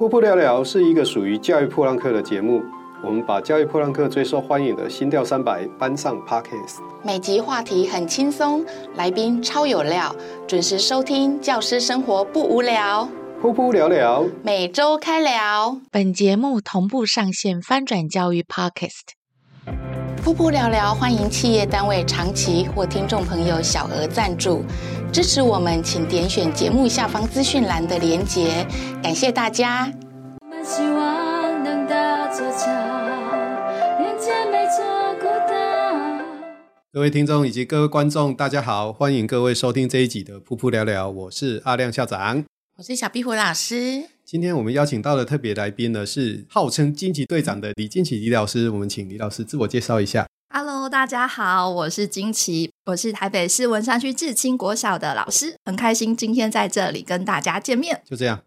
噗噗聊聊是一个属于教育破浪客的节目，我们把教育破浪客最受欢迎的心跳300搬上 Podcast， 每集话题很轻松，来宾超有料，准时收听，教师生活不无聊。 噗噗聊聊， 每周开聊。本节目同步上线翻转教育 Podcast。噗噗聊聊欢迎企业单位长期或听众朋友小额赞助，支持我们请点选节目下方资讯栏的连结，感谢大家。 我们希望能搭座桥，连接每座孤岛。 各位听众以及各位观众大家好，欢迎各位收听这一集的噗噗聊聊，我是阿亮校长， 我是小壁虎老师。 今天我们邀请到的特别来宾呢，是号称惊奇队长的李惊奇李老师，我们请李老师自我介绍一下。 Hello， 大家好，我是惊奇，我是台北市文山区志清国小的老师，很开心今天在这里跟大家见面。 就这样。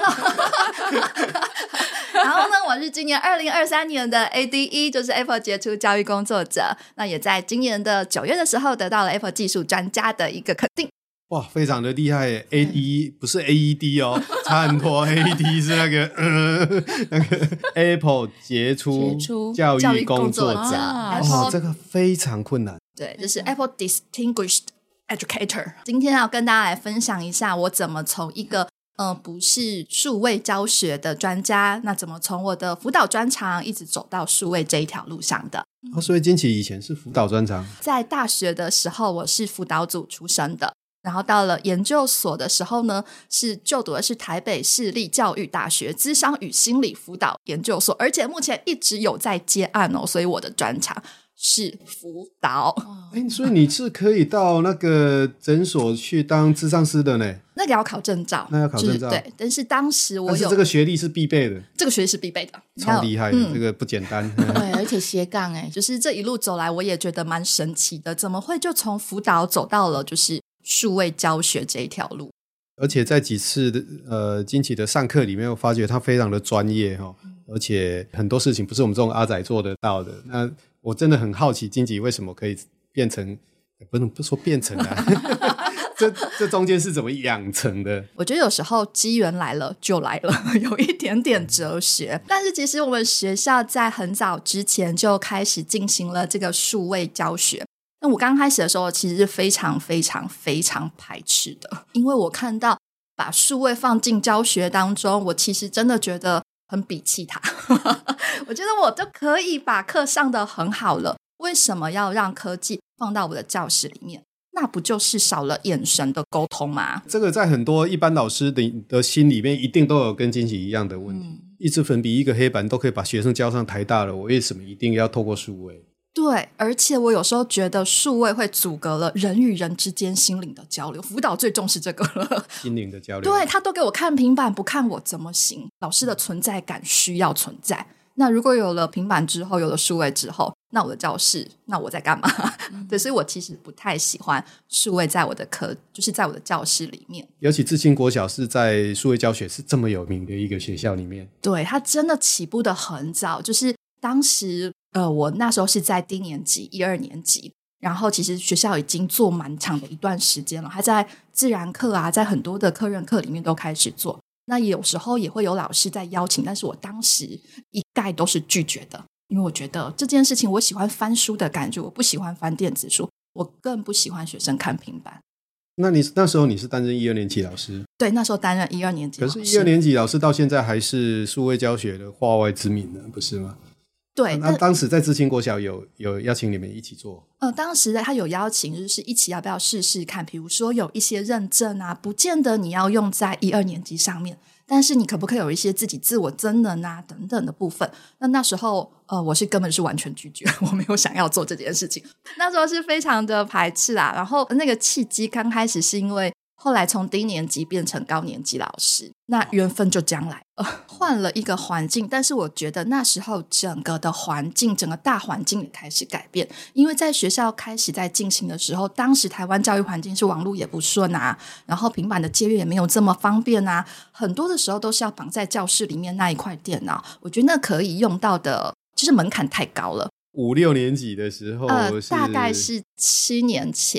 Hello 然后呢，我是今年2023年的 ADE， 就是 Apple 杰出教育工作者，那也在今年的9月的时候得到了 Apple 技术专家的一个肯定。 哇，非常的厉害耶 ！AD 不是 AED 哦，差很多。AED 是那个 Apple 杰出教育工作者。哦，这个非常困难。 对，就是 Apple Distinguished Educator。今天要跟大家来分享一下，我怎么从一个不是数位教学的专家，那怎么从我的辅导专长一直走到数位这一条路上的。 所以惊奇以前是辅导专长。 在大学的时候，我是辅导组出身的。然后到了研究所的时候呢，是就读的是台北市立教育大学諮商与心理辅导研究所，而且目前一直有在接案哦，所以我的专长是辅导。 所以你是可以到那个诊所去当諮商师的呢？ 那个要考证照， 那要考证照， 对。但是当时我有， 但是这个学历是必备的， 这个学历是必备的， 超厉害的，这个不简单。 对，而且斜杠就是这一路走来，我也觉得蛮神奇的，怎么会就从辅导走到了就是数位教学这一条路。 而且在几次惊奇的上课里面，我发觉他非常的专业而且很多事情不是我们这种阿仔做得到的。那我真的很好奇惊奇为什么可以变成，不说变成啊这中间是怎么养成的？ 我觉得有时候机缘来了就来了，有一点点哲学。但是其实我们学校在很早之前就开始进行了这个数位教学。那我刚开始的时候其实是非常非常非常排斥的，因为我看到把数位放进教学当中，我其实真的觉得很鄙弃它我觉得我就可以把课上得很好了，为什么要让科技放到我的教室里面？那不就是少了眼神的沟通吗？ 这个在很多一般老师的心里面一定都有跟惊奇一样的问题。一支粉笔一个黑板都可以把学生教上台大了，我为什么一定要透过数位？ 对，而且我有时候觉得数位会阻隔了人与人之间心灵的交流，辅导最重视这个了， 心灵的交流。 对，他都给我看平板，不看我怎么行？老师的存在感需要存在。那如果有了平板之后，有了数位之后，那我的教室，那我在干嘛？对，所以我其实不太喜欢数位在我的课，就是在我的教室里面。 尤其志清国小是在数位教学是这么有名的一个学校里面， 对，它真的起步的很早，就是当时我那时候是在低年级1、2年级，然后其实学校已经做蛮长的一段时间了，还在自然课啊，在很多的科任课里面都开始做。那有时候也会有老师在邀请，但是我当时一概都是拒绝的，因为我觉得这件事情我喜欢翻书的感觉，我不喜欢翻电子书，我更不喜欢学生看平板。 那你那时候你是担任1、2年级老师？ 对，那时候担任1、2年级老师。 可是1、2年级老师到现在还是数位教学的化外之名呢，不是吗？ 对， 那当时在志清国小有邀请你们一起做？ 当时他有邀请，就是一起要不要试试看，比如说有一些认证啊，不见得你要用在1、2年级上面，但是你可不可以有一些自己自我增能啊等等的部分。那时候我是根本是完全拒绝，我没有想要做这件事情，那时候是非常的排斥啦。然后那个契机刚开始是因为后来从低年级变成高年级老师，那缘分就这样来换了一个环境。但是我觉得那时候整个的环境，整个大环境也开始改变，因为在学校开始在进行的时候，当时台湾教育环境是网络也不顺啊，然后平板的借阅也没有这么方便啊，很多的时候都是要绑在教室里面那一块电脑，我觉得那可以用到的就是门槛太高了。 5、6年级的时候大概是7年前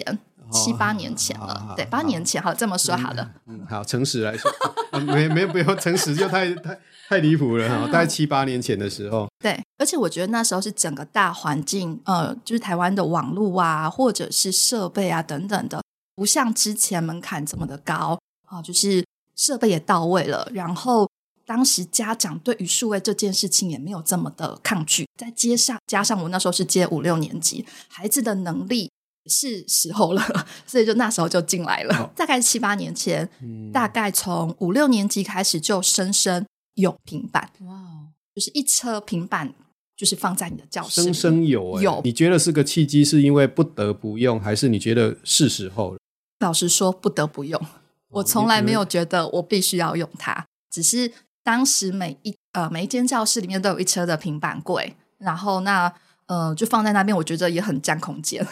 7、8年前了，对，8年前好了，这么说好了。 好，诚实来说，没不用诚实就太离谱了大概7、8年前的时候， 对，而且我觉得那时候是整个大环境，就是台湾的网络啊，或者是设备啊等等的，不像之前门槛这么的高就是设备也到位了，然后当时家长对于数位这件事情也没有这么的抗拒，再加上我那时候是接5、6年级，孩子的能力是时候了，所以就那时候就进来了。大概7、8年前，大概从5、6年级开始就深深有平板，就是一车平板就是放在你的教室里， 深深有你觉得是个契机，是因为不得不用，还是你觉得是时候了？ 老实说不得不用，我从来没有觉得我必须要用它，只是当时每一间教室里面都有一车的平板柜，然后就放在那边，我觉得也很占空间。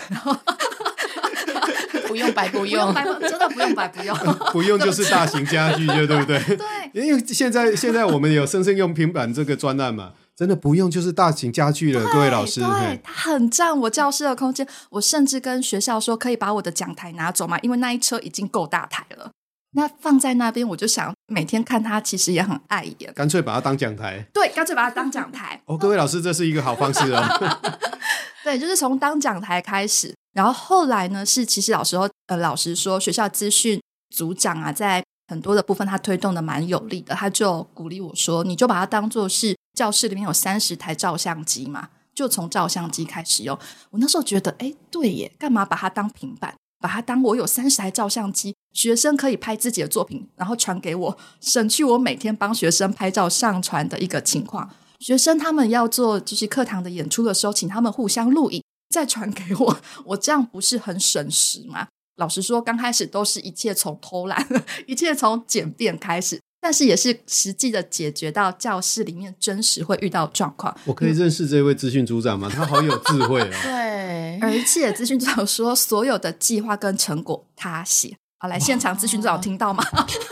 不用白不用， 真的不用白不用， 不用就是大型家具，对不对？ 对， 因为现在我们有生生用平板这个专案嘛，真的不用就是大型家具了，各位老师。 对，它很占我教室的空间，我甚至跟学校说可以把我的讲台拿走嘛，因为那一车已经够大台了。那放在那边，我就想每天看它，其实也很碍眼， 干脆把它当讲台。 对，干脆把它当讲台。 各位老师，这是一个好方式哦。 对，就是从当讲台开始，然后后来呢，是其实老实说，学校资讯组长啊，在很多的部分他推动的蛮有力的，他就鼓励我说，你就把它当作是教室里面有30台照相机嘛，就从照相机开始用。我那时候觉得，对耶，干嘛把它当平板？把它当我有30台照相机，学生可以拍自己的作品，然后传给我，省去我每天帮学生拍照上传的一个情况。学生他们要做就是课堂的演出的时候，请他们互相录影再传给我，我这样不是很省时吗？老实说，刚开始都是一切从偷懒，一切从简便开始，但是也是实际的解决到教室里面真实会遇到状况。 我可以认识这位资讯组长吗？他好有智慧哦。 对， 而且资讯组长说所有的计划跟成果他写。好，来现场资讯组长听到吗？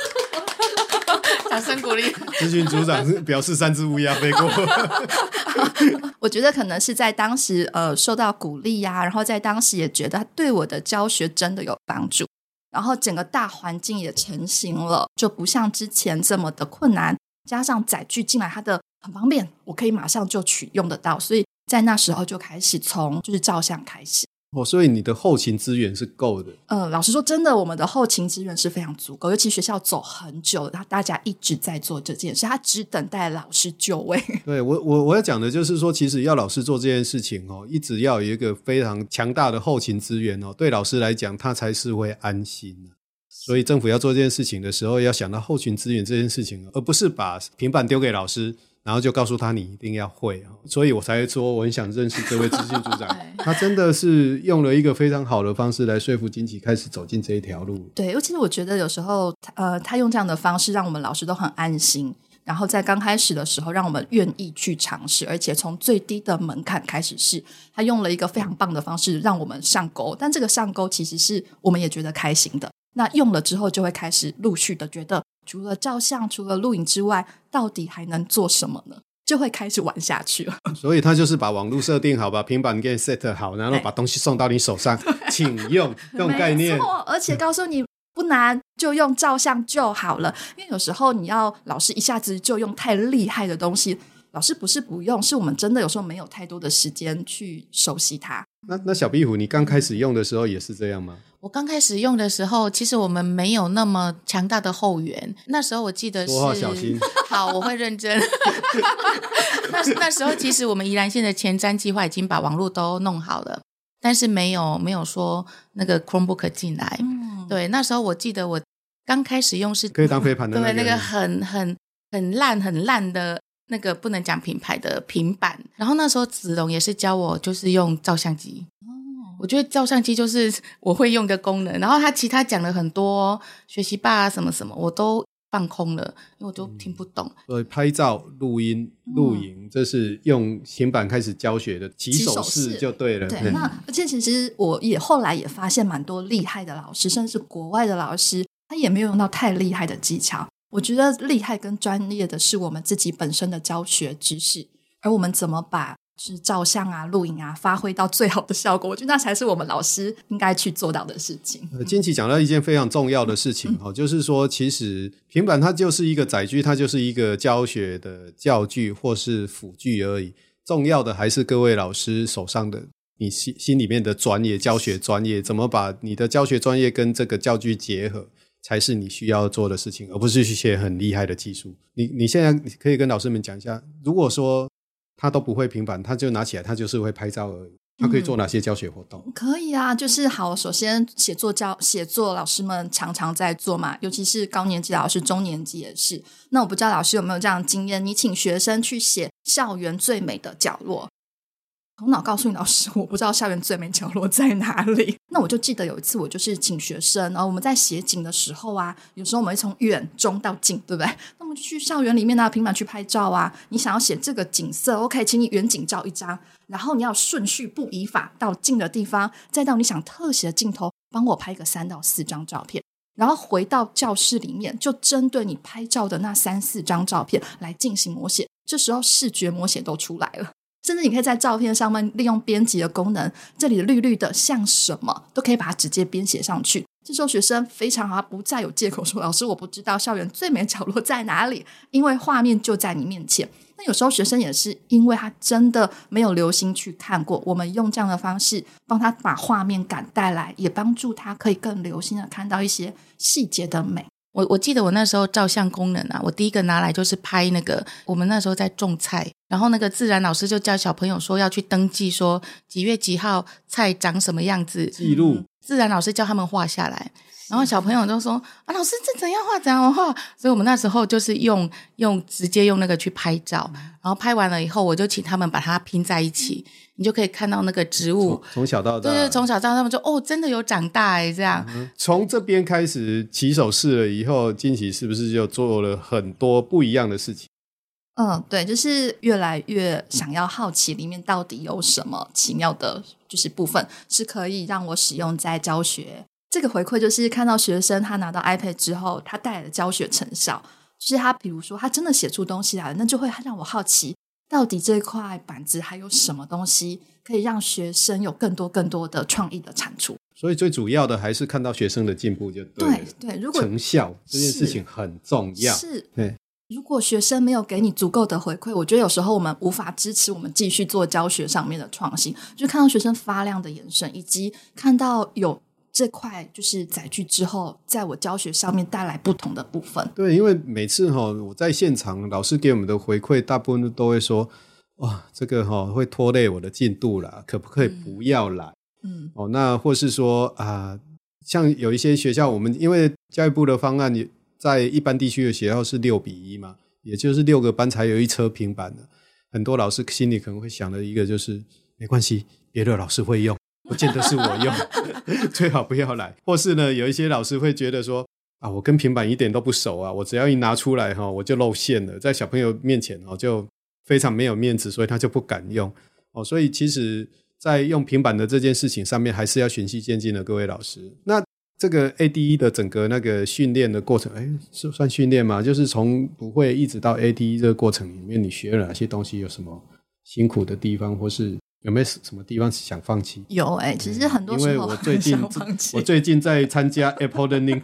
掌声鼓励。 资讯组长表示3只乌鸦飞过。 我觉得可能是在当时受到鼓励啊，然后在当时也觉得对我的教学真的有帮助，然后整个大环境也成型了，就不像之前这么的困难，加上载具进来它的很方便，我可以马上就取用得到，所以在那时候就开始从就是照相开始。 所以你的后勤资源是够的。 老实说真的，我们的后勤资源是非常足够，尤其学校走很久了，大家一直在做这件事，他只等待老师就位。 对，我要讲的就是说，其实要老师做这件事情一直要有一个非常强大的后勤资源对老师来讲他才是会安心所以政府要做这件事情的时候，要想到后勤资源这件事情，而不是把平板丢给老师然后就告诉他你一定要会。所以我才说我很想认识这位资讯组长他真的是用了一个非常好的方式来说服金奇开始走进这一条路。 对，尤其是我觉得有时候他用这样的方式让我们老师都很安心，然后在刚开始的时候让我们愿意去尝试，而且从最低的门槛开始试，他用了一个非常棒的方式让我们上钩，但这个上钩其实是我们也觉得开心的，那用了之后就会开始陆续的觉得除了照相除了录影之外到底还能做什么呢，就会开始玩下去了。 所以他就是把网络设定好，把平板给 set 好，然后把东西送到你手上请用这种概念。 没错，而且告诉你不难，就用照相就好了。因为有时候你要老师一下子就用太厉害的东西，老师不是不用，是我们真的有时候没有太多的时间去熟悉它。 那小壁虎你刚开始用的时候也是这样吗？ 我刚开始用的时候其实我们没有那么强大的后援，那时候我记得是说话小心。 好，我会认真。那时候其实我们宜兰县的前瞻计划已经把网络都弄好了，但是没有说那个 Chromebook 进来。对，那时候我记得我刚开始用是可以当飞盘的对那个很烂的那个不能讲品牌的平板，然后那时候子龙也是教我就是用照相机。我觉得照相机就是我会用的功能，然后他其他讲了很多学习吧啊什么什么我都放空了，因为我都听不懂。所以拍照录音录影这是用平板开始教学的起手式就对了。 对，那而且其实我也后来也发现蛮多厉害的老师，甚至国外的老师他也没有用到太厉害的技巧。我觉得厉害跟专业的是我们自己本身的教学知识，而我们怎么把是照相啊录影啊发挥到最好的效果，我觉得那才是我们老师应该去做到的事情。 金琪讲到一件非常重要的事情就是说其实平板它就是一个载具，它就是一个教学的教具或是辅具而已，重要的还是各位老师手上的你心里面的专业，教学专业，怎么把你的教学专业跟这个教具结合才是你需要做的事情，而不是去学很厉害的技术。你现在可以跟老师们讲一下，如果说他都不会平板，他就拿起来他就是会拍照而已，他可以做哪些教学活动？ 可以啊，就是好，首先写作老师们常常在做嘛，尤其是高年级老师，中年级也是。那我不知道老师有没有这样的经验，你请学生去写校园最美的角落，头脑告诉你老师我不知道校园最美角落在哪里。那我就记得有一次我就是请学生，然后我们在写景的时候啊，有时候我们会从远中到近，对不对？那我们去校园里面拿平板去拍照啊，你想要写这个景色 OK， 请你远景照一张，然后你要顺序不移法到近的地方，再到你想特写的镜头帮我拍个3到4张照片，然后回到教室里面就针对你拍照的那3、4张照片来进行摹写。这时候视觉摹写都出来了，甚至你可以在照片上面利用编辑的功能，这里的绿绿的像什么都可以把它直接编写上去。这时候学生非常好，不再有借口说老师我不知道校园最美角落在哪里，因为画面就在你面前。那有时候学生也是因为他真的没有留心去看过，我们用这样的方式帮他把画面感带来，也帮助他可以更留心的看到一些细节的美。 我记得我那时候照相功能啊，我第一个拿来就是拍那个我们那时候在种菜，然后那个自然老师就教小朋友说要去登记说几月几号菜长什么样子， 记录自然老师叫他们画下来，然后小朋友就说啊，老师这怎样画怎样画，所以我们那时候就是直接用那个去拍照，然后拍完了以后我就请他们把它拼在一起，你就可以看到那个植物从小到大， 对，从小到大他们就真的有长大这样。 从这边开始起手式了以后，金琪是不是就做了很多不一样的事情？ 对，就是越来越想要好奇里面到底有什么奇妙的就是部分是可以让我使用在教学。这个回馈就是看到学生他拿到 iPad 之后他带来的教学成效，就是他比如说他真的写出东西来了，那就会让我好奇到底这块板子还有什么东西可以让学生有更多的创意的产出。所以最主要的还是看到学生的进步就对了。 对，如果成效这件事情很重要。 是，对。如果学生没有给你足够的回馈，我觉得有时候我们无法支持我们继续做教学上面的创新。就看到学生发亮的眼神，以及看到有这块就是载具之后在我教学上面带来不同的部分。 对，因为每次我在现场老师给我们的回馈大部分都会说哇，这个会拖累我的进度啦，可不可以不要来？那或是说像有一些学校我们因为教育部的方案在一般地区的学校是6:1嘛，也就是6个班才有一车平板的，很多老师心里可能会想的一个就是没关系，别的老师会用，不见得是我用最好不要来。或是呢有一些老师会觉得说我跟平板一点都不熟啊，我只要一拿出来我就露馅了，在小朋友面前就非常没有面子，所以他就不敢用所以其实在用平板的这件事情上面还是要循序渐进的，各位老师。那这个 ADE 的整个那个训练的过程是算训练吗？就是从不会一直到 ADE 这个过程里面你学了哪些东西，有什么辛苦的地方，或是有没有什么地方想放弃？ 有其实很多时候很想放弃。 我最近在参加 Apple Learning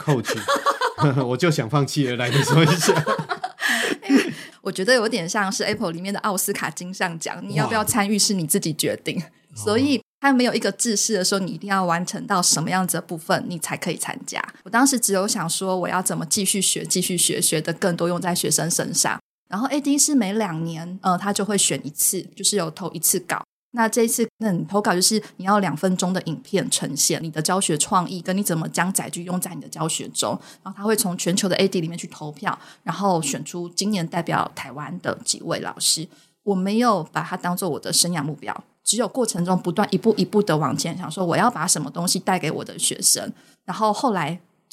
Coach 我就想放弃了，来你说一下我觉得有点像是 Apple 里面的奥斯卡金像奖，你要不要参与是你自己决定，所以它没有一个制式的时候你一定要完成到什么样子的部分你才可以参加。我当时只有想说我要怎么继续学的更多用在学生身上。然后 AD 是每2年他就会选一次，就是有投一次稿。那这一次你投稿就是你要2分钟的影片呈现你的教学创意跟你怎么将载具用在你的教学中，然后他会从全球的 AD 里面去投票，然后选出今年代表台湾的几位老师。我没有把它当做我的生涯目标，只有过程中不断一步一步的往前想说我要把什么东西带给我的学生，然后后来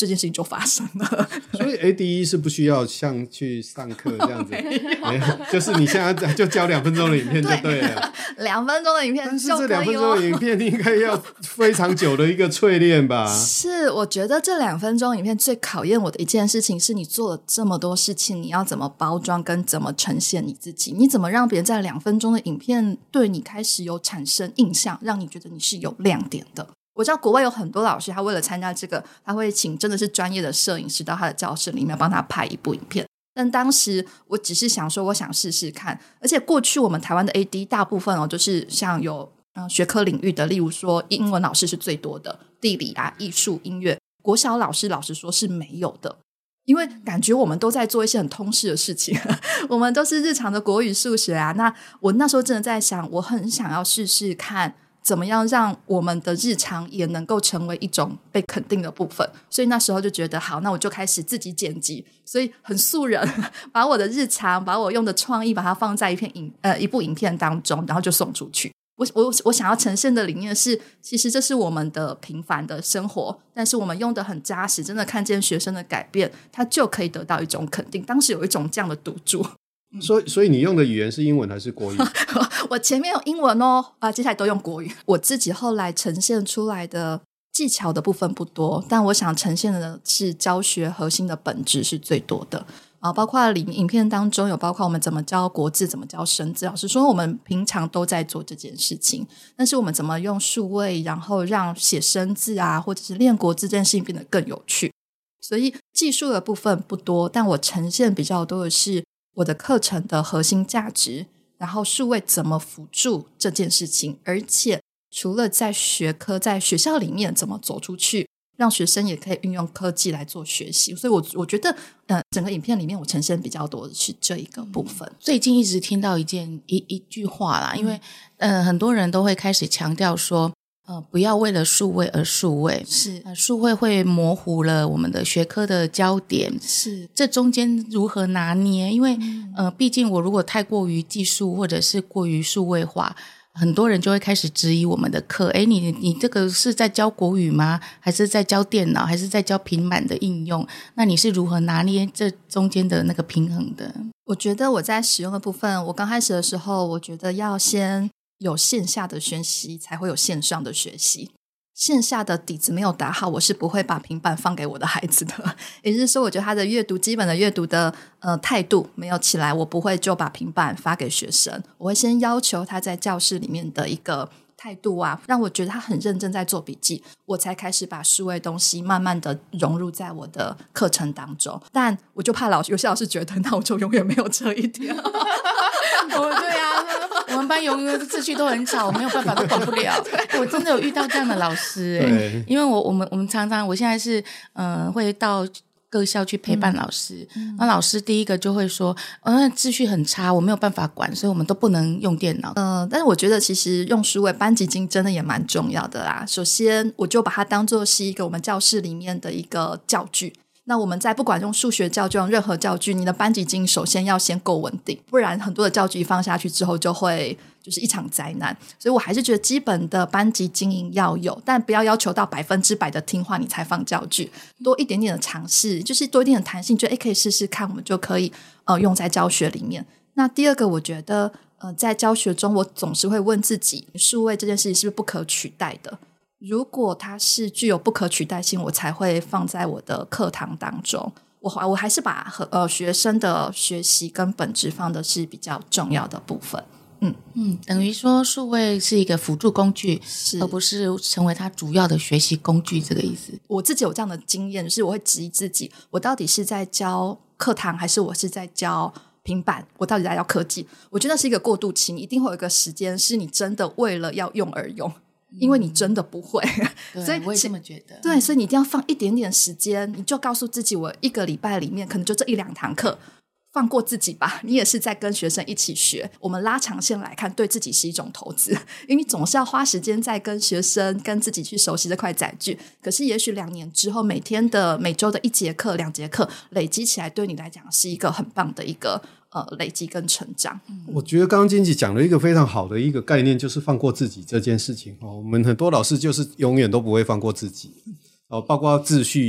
这件事情就发生了。 所以 ADE 是不需要像去上课这样子，没有，就是你现在就教2分钟的影片就对了。 2分钟的影片就可以但是这2分钟的影片应该要非常久的一个淬炼吧？ 是，我觉得这2分钟影片最考验我的一件事情是，你做了这么多事情，你要怎么包装跟怎么呈现你自己？你怎么让别人在2分钟的影片对你开始有产生印象，让你觉得你是有亮点的？我知道国外有很多老师，他为了参加这个，他会请真的是专业的摄影师到他的教室里面帮他拍一部影片。但当时我只是想说我想试试看，而且过去我们台湾的 AD 大部分就是像有学科领域的，例如说英文老师是最多的，地理啊、艺术、音乐，国小老师老实说是没有的，因为感觉我们都在做一些很通识的事情我们都是日常的国语数学啊。那我那时候真的在想，我很想要试试看怎么样让我们的日常也能够成为一种被肯定的部分，所以那时候就觉得好，那我就开始自己剪辑，所以很素人把我的日常，把我用的创意把它放在一部影片当中，然后就送出去。我想要呈现的理念是，其实这是我们的平凡的生活，但是我们用的很扎实，真的看见学生的改变，他就可以得到一种肯定。当时有一种这样的赌注。 所以你用的语言是英文还是国语？ 我前面有英文哦，接下来都用国语。我自己后来呈现出来的技巧的部分不多，但我想呈现的是教学核心的本质是最多的。包括影片当中有包括我们怎么教国字，怎么教生字。老实说我们平常都在做这件事情，但是我们怎么用数位然后让写生字啊或者是练国字这件事情变得更有趣。所以技术的部分不多，但我呈现比较多的是我的课程的核心价值，然后数位怎么辅助这件事情，而且除了在学科在学校里面怎么走出去，让学生也可以运用科技来做学习。所以我觉得整个影片里面我呈现比较多的是这一个部分。 最近一直听到一句话啦，因为很多人都会开始强调说不要为了数位而数位， 是数位会模糊了我们的学科的焦点， 是这中间如何拿捏？因为毕竟我如果太过于技术或者是过于数位化，很多人就会开始质疑我们的课，你这个是在教国语吗？还是在教电脑？还是在教平板的应用？那你是如何拿捏这中间的那个平衡的？ 我觉得我在使用的部分，我刚开始的时候我觉得要先有线下的学习才会有线上的学习，线下的底子没有打好，我是不会把平板放给我的孩子的。也就是说我觉得他的基本的阅读的态度没有起来，我不会就把平板发给学生，我会先要求他在教室里面的一个态度啊，让我觉得他很认真在做笔记，我才开始把数位东西慢慢的融入在我的课程当中。但我就怕有些老师觉得那我就永远没有这一天对啊，我们班永远秩序都很吵，我没有办法，都管不了。我真的有遇到这样的老师因为我们常常，我现在是会到各校去陪伴老师，那老师第一个就会说秩序很差，我没有办法管，所以我们都不能用电脑。 但是我觉得其实用数位班级经真的也蛮重要的啦。首先我就把它当作是一个我们教室里面的一个教具，那我们在不管用数学教具用任何教具，你的班级经营首先要先够稳定，不然很多的教具一放下去之后就会就是一场灾难。所以我还是觉得基本的班级经营要有，但不要要求到100%的听话你才放教具，多一点点的尝试，就是多一点的弹性，觉得可以试试看，我们就可以用在教学里面。那第二个我觉得在教学中我总是会问自己，数位这件事情是不是不可取代的，如果它是具有不可取代性，我才会放在我的课堂当中。我还是把学生的学习跟本质放的是比较重要的部分。 等于说数位是一个辅助工具，而不是成为他主要的学习工具，这个意思。 我自己有这样的经验，就是我会质疑自己，我到底是在教课堂还是我是在教平板，我到底在教科技。我觉得是一个过渡期，你一定会有一个时间是你真的为了要用而用，因为你真的不会所以我也这么觉得。 对，所以你一定要放一点点时间，你就告诉自己，我1个礼拜里面可能就这1-2堂课，放过自己吧，你也是在跟学生一起学。我们拉长线来看，对自己是一种投资，因为你总是要花时间在跟学生跟自己去熟悉这块载具。可是也许2年之后，每周的1节课2节课累积起来，对你来讲是一个很棒的一个累积跟成长。 我觉得刚刚金吉讲了一个非常好的一个概念，就是放过自己这件事情。我们很多老师就是永远都不会放过自己，包括秩序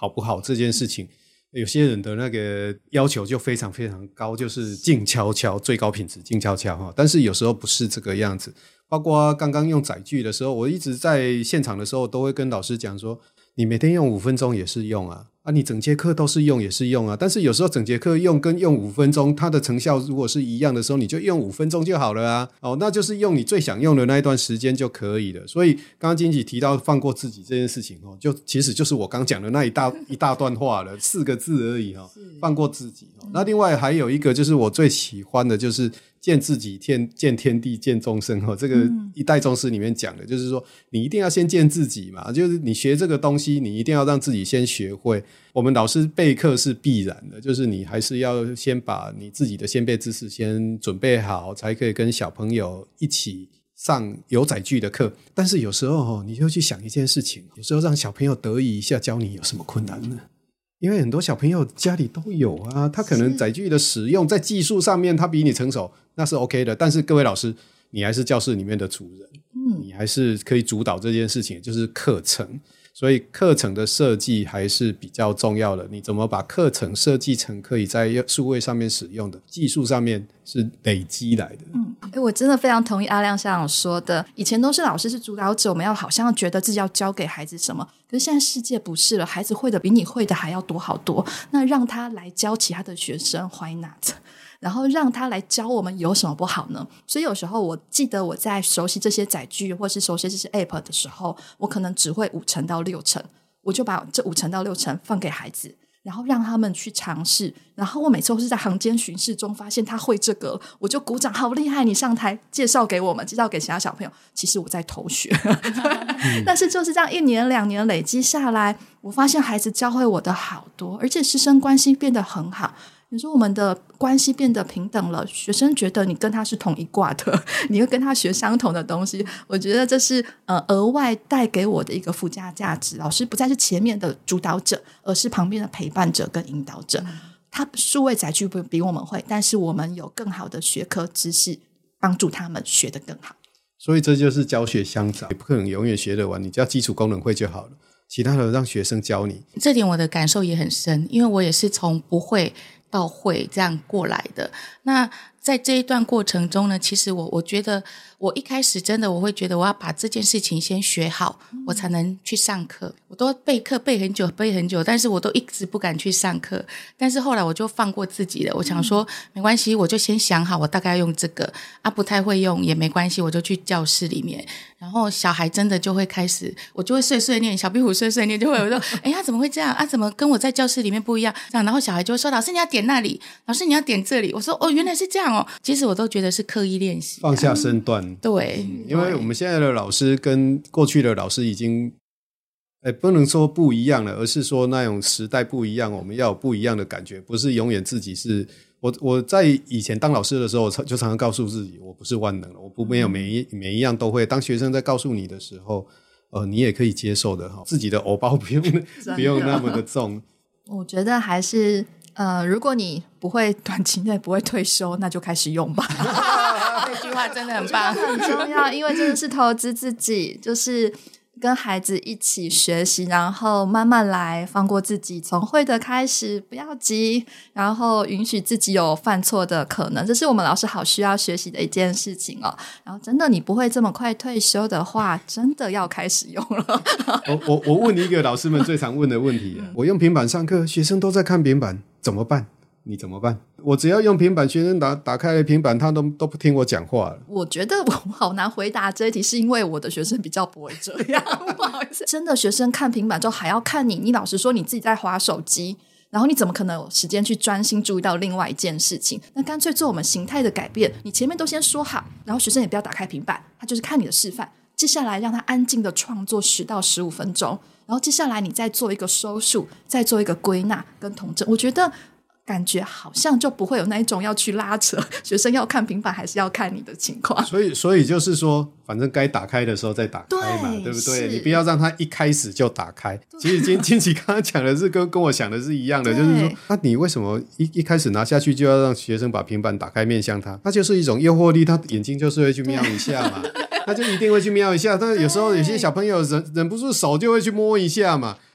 好不好这件事情，有些人的那个要求就非常非常高，就是静悄悄，最高品质静悄悄，但是有时候不是这个样子。包括刚刚用载具的时候，我一直在现场的时候都会跟老师讲说，你每天用5分钟也是用啊，你整节课都是用也是用啊，但是有时候整节课用跟用5分钟它的成效如果是一样的时候，你就用5分钟就好了啊，那就是用你最想用的那一段时间就可以了。所以刚刚金吉提到放过自己这件事情，就其实就是我刚讲的那一大段话了，4个字而已，放过自己。那另外还有一个就是我最喜欢的就是见自己见天地见众生，这个一代宗师里面讲的就是说你一定要先见自己嘛，就是你学这个东西你一定要让自己先学会。我们老师备课是必然的，就是你还是要先把你自己的先辈知识先准备好，才可以跟小朋友一起上有载具的课。但是有时候你就去想一件事情，有时候让小朋友得意一下教你有什么困难呢？因为很多小朋友家里都有啊，他可能载具的使用在技术上面他比你成熟，那是 OK 的。但是各位老师，你还是教室里面的主人，你还是可以主导这件事情，就是课程。所以课程的设计还是比较重要的，你怎么把课程设计成可以在数位上面使用的，技术上面是累积来的。 我真的非常同意阿亮校长说的，以前都是老师是主导者，我们要好像觉得自己要教给孩子什么，可是现在世界不是了，孩子会的比你会的还要多好多，那让他来教其他的学生 why not，然后让他来教我们有什么不好呢？所以有时候我记得我在熟悉这些载具或是熟悉这些 app 的时候，我可能只会5成到6成，我就把这5成到6成放给孩子，然后让他们去尝试，然后我每次都是在行间巡视中发现他会这个，我就鼓掌，好厉害，你上台介绍给我们，介绍给其他小朋友。其实我在偷学但是就是这样1年2年累积下来，我发现孩子教会我的好多，而且师生关系变得很好。你说我们的关系变得平等了，学生觉得你跟他是同一挂的，你会跟他学相同的东西，我觉得这是额外带给我的一个附加价值。老师不再是前面的主导者，而是旁边的陪伴者跟引导者。他数位载具不比我们会，但是我们有更好的学科知识帮助他们学得更好。 所以这就是教学相长，你不可能永远学得完，你只要基础功能会就好了，其他的让学生教你。 这点我的感受也很深，因为我也是从不会到会这样过来的。那在这一段过程中呢，其实我觉得我一开始真的我会觉得我要把这件事情先学好，我才能去上课。我都备课备很久，但是我都一直不敢去上课。但是后来我就放过自己了，我想说没关系，我就先想好我大概用这个不太会用也没关系，我就去教室里面，然后小孩真的就会开始，我就会碎碎念，小壁虎碎碎念，就会有说他怎么会这样怎么跟我在教室里面不一样这样，然后小孩就会说老师你要点那里，老师你要点这里，我说原来是这样其实我都觉得是刻意练习， 放下身段。 对， 因为我们现在的老师跟过去的老师已经不能说不一样了，而是说那种时代不一样，我们要有不一样的感觉，不是永远自己是我在以前当老师的时候，我就常常告诉自己我不是万能了，我没有每一样都会。当学生在告诉你的时候你也可以接受的，自己的偶包不用那么的重。 我觉得还是如果你不会短期内不会退休，那就开始用吧这句话真的很棒很重要，因为真的是投资自己，就是跟孩子一起学习，然后慢慢来，放过自己，从会的开始，不要急，然后允许自己有犯错的可能，这是我们老师好需要学习的一件事情然后真的你不会这么快退休的话，真的要开始用了我问你一个老师们最常问的问题我用平板上课，学生都在看平板，怎么办？你怎么办？我只要用平板，学生打开平板，他都不听我讲话了。 我觉得我好难回答这一题，是因为我的学生比较不会这样不好意思，真的学生看平板之后还要看你老实说你自己在滑手机，然后你怎么可能有时间去专心注意到另外一件事情？那干脆做我们形态的改变，你前面都先说好，然后学生也不要打开平板，他就是看你的示范，接下来让他安静的创作10到15分钟，然后接下来你再做一个收束，再做一个归纳跟统整，我觉得感觉好像就不会有那一种要去拉扯学生要看平板还是要看你的情况。 所以就是说反正该打开的时候再打开嘛， 对不对？你不要让他一开始就打开。其实金奇刚刚讲的是跟我想的是一样的，就是说那你为什么一开始拿下去就要让学生把平板打开面向他？那就是一种诱惑力，他眼睛就是会去瞄一下嘛他就一定会去瞄一下，但有时候有些小朋友忍不住手就会去摸一下嘛，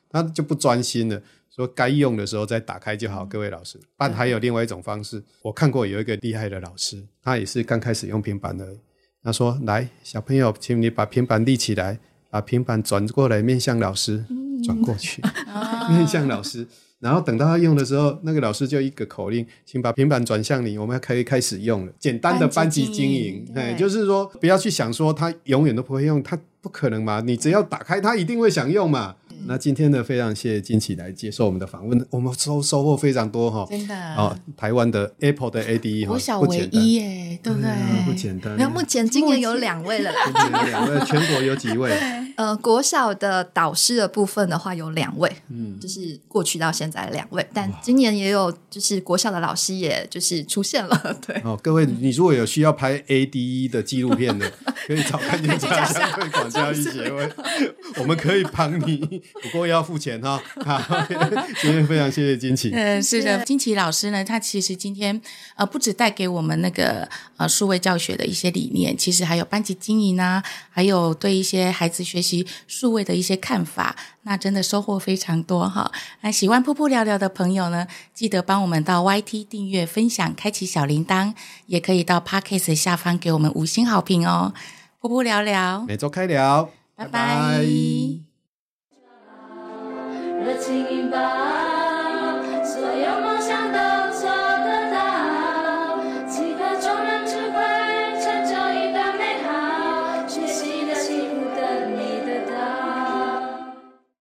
他就不专心了，说该用的时候再打开就好。各位老师，但还有另外一种方式，我看过有一个厉害的老师，他也是刚开始用平板的，他说来小朋友请你把平板立起来，把平板转过来面向老师，转过去面向老师，然后等到他用的时候，那个老师就一个口令，请把平板转向你，我们可以开始用了。简单的班级经营，就是说不要去想说他永远都不会用，他不可能嘛，你只要打开他一定会想用嘛。那今天呢，非常谢谢金琪来接受我们的访问，我们收获非常多真的台湾的 Apple 的 ADE 国小唯一耶，对不对？ 不简单。 没有，目前今年有2位了啦。 今年有2位，全国有几位？ 国小的导师的部分的话有2位，就是过去到现在2位，但今年也有就是国小的老师也就是出现了，对。 各位，你如果有需要拍 ADE 的纪录片的，可以找看见家乡会管教育协会，我们可以帮你。不过要付钱哈。好，今天非常谢谢金琪。 是的，金琪老师呢，他其实今天不只带给我们那个数位教学的一些理念，其实还有班级经营啊，还有对一些孩子学习数位的一些看法，那真的收获非常多哈。那喜欢噗噗聊聊的朋友呢，记得帮我们到 YT 订阅、分享、开启小铃铛，也可以到 Podcast 下方给我们5星好评哦。噗噗聊聊， 每周开聊， 拜拜。 热情引爆